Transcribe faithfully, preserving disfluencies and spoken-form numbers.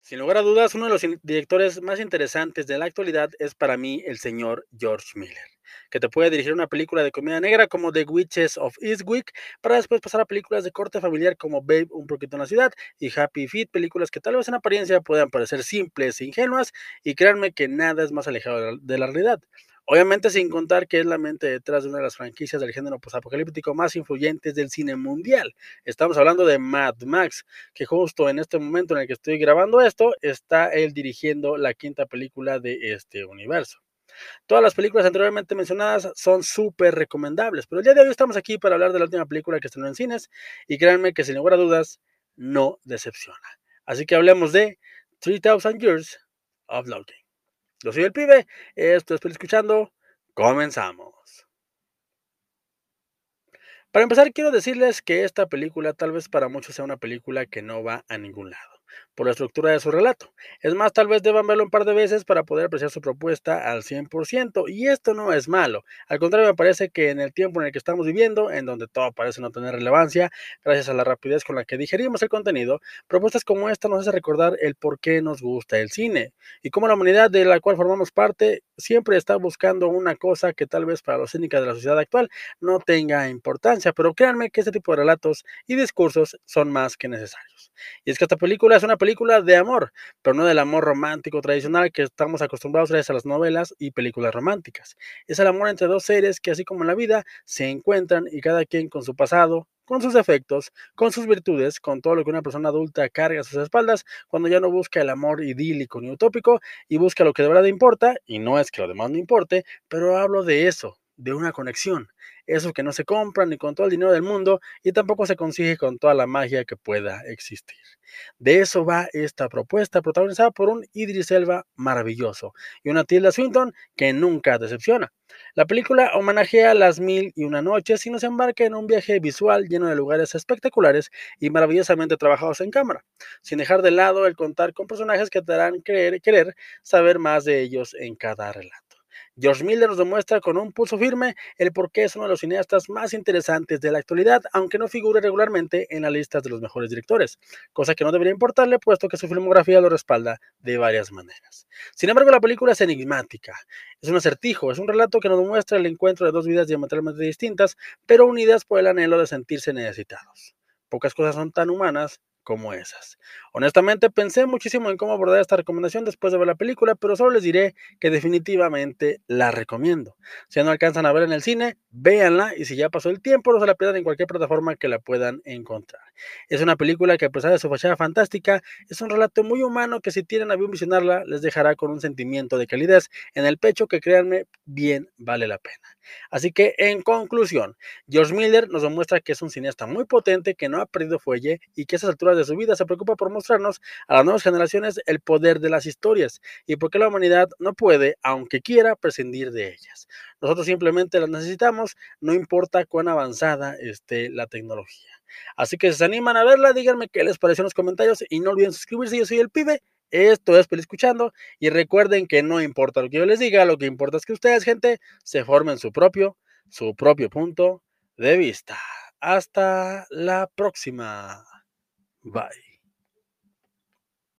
Sin lugar a dudas, uno de los in- directores más interesantes de la actualidad es para mí el señor George Miller, que te puede dirigir una película de comedia negra como The Witches of Eastwick, para después pasar a películas de corte familiar como Babe, un poquito en la ciudad, y Happy Feet, películas que tal vez en apariencia puedan parecer simples e ingenuas, y créanme que nada es más alejado de la, de la realidad. Obviamente sin contar que es la mente detrás de una de las franquicias del género posapocalíptico más influyentes del cine mundial. Estamos hablando de Mad Max, que justo en este momento en el que estoy grabando esto, está él dirigiendo la quinta película de este universo. Todas las películas anteriormente mencionadas son súper recomendables, pero el día de hoy estamos aquí para hablar de la última película que estrenó en cines y créanme que sin lugar a dudas no decepciona. Así que hablemos de three thousand Years of Longing. Yo soy el pibe, esto es Peli Escuchando, comenzamos. Para empezar, quiero decirles que esta película tal vez para muchos sea una película que no va a ningún lado, por la estructura de su relato. Es más, tal vez deban verlo un par de veces para poder apreciar su propuesta al cien por ciento, y esto no es malo. Al contrario, me parece que en el tiempo en el que estamos viviendo, en donde todo parece no tener relevancia, gracias a la rapidez con la que digerimos el contenido, propuestas como esta nos hace recordar el por qué nos gusta el cine, y cómo la humanidad de la cual formamos parte siempre está buscando una cosa que tal vez para los cínicos de la sociedad actual no tenga importancia, pero créanme que este tipo de relatos y discursos son más que necesarios. Y es que esta película es una película de amor, pero no del amor romántico tradicional que estamos acostumbrados gracias a las novelas y películas románticas. Es el amor entre dos seres que, así como en la vida, se encuentran y cada quien con su pasado, con sus defectos, con sus virtudes, con todo lo que una persona adulta carga a sus espaldas, cuando ya no busca el amor idílico ni utópico y busca lo que de verdad importa, y no es que lo demás no importe, pero hablo de eso, de una conexión, eso que no se compra ni con todo el dinero del mundo y tampoco se consigue con toda la magia que pueda existir. De eso va esta propuesta, protagonizada por un Idris Elba maravilloso y una Tilda Swinton que nunca decepciona. La película homenajea las mil y una noches y nos embarca en un viaje visual lleno de lugares espectaculares y maravillosamente trabajados en cámara, sin dejar de lado el contar con personajes que te harán creer, querer saber más de ellos en cada relato. George Miller nos demuestra con un pulso firme el por qué es uno de los cineastas más interesantes de la actualidad, aunque no figure regularmente en las listas de los mejores directores, cosa que no debería importarle, puesto que su filmografía lo respalda de varias maneras. Sin embargo, la película es enigmática, es un acertijo, es un relato que nos muestra el encuentro de dos vidas diametralmente distintas, pero unidas por el anhelo de sentirse necesitados. Pocas cosas son tan humanas como esas. Honestamente, pensé muchísimo en cómo abordar esta recomendación después de ver la película, pero solo les diré que definitivamente la recomiendo. Si no alcanzan a ver en el cine, véanla y si ya pasó el tiempo, no se la pierdan en cualquier plataforma que la puedan encontrar. Es una película que a pesar de su fachada fantástica, es un relato muy humano que si tienen a bien visionarla, les dejará con un sentimiento de calidez en el pecho que créanme, bien vale la pena. Así que en conclusión, George Miller nos demuestra que es un cineasta muy potente, que no ha perdido fuelle y que a esas alturas de su vida se preocupa por mostrarnos a las nuevas generaciones el poder de las historias y por qué la humanidad no puede, aunque quiera, prescindir de ellas. Nosotros simplemente las necesitamos, no importa cuán avanzada esté la tecnología. Así que si se animan a verla, díganme qué les pareció en los comentarios y no olviden suscribirse. Yo soy el pibe. Esto es Peli Escuchando y recuerden que no importa lo que yo les diga, lo que importa es que ustedes, gente, se formen su propio, su propio punto de vista. Hasta la próxima. Bye.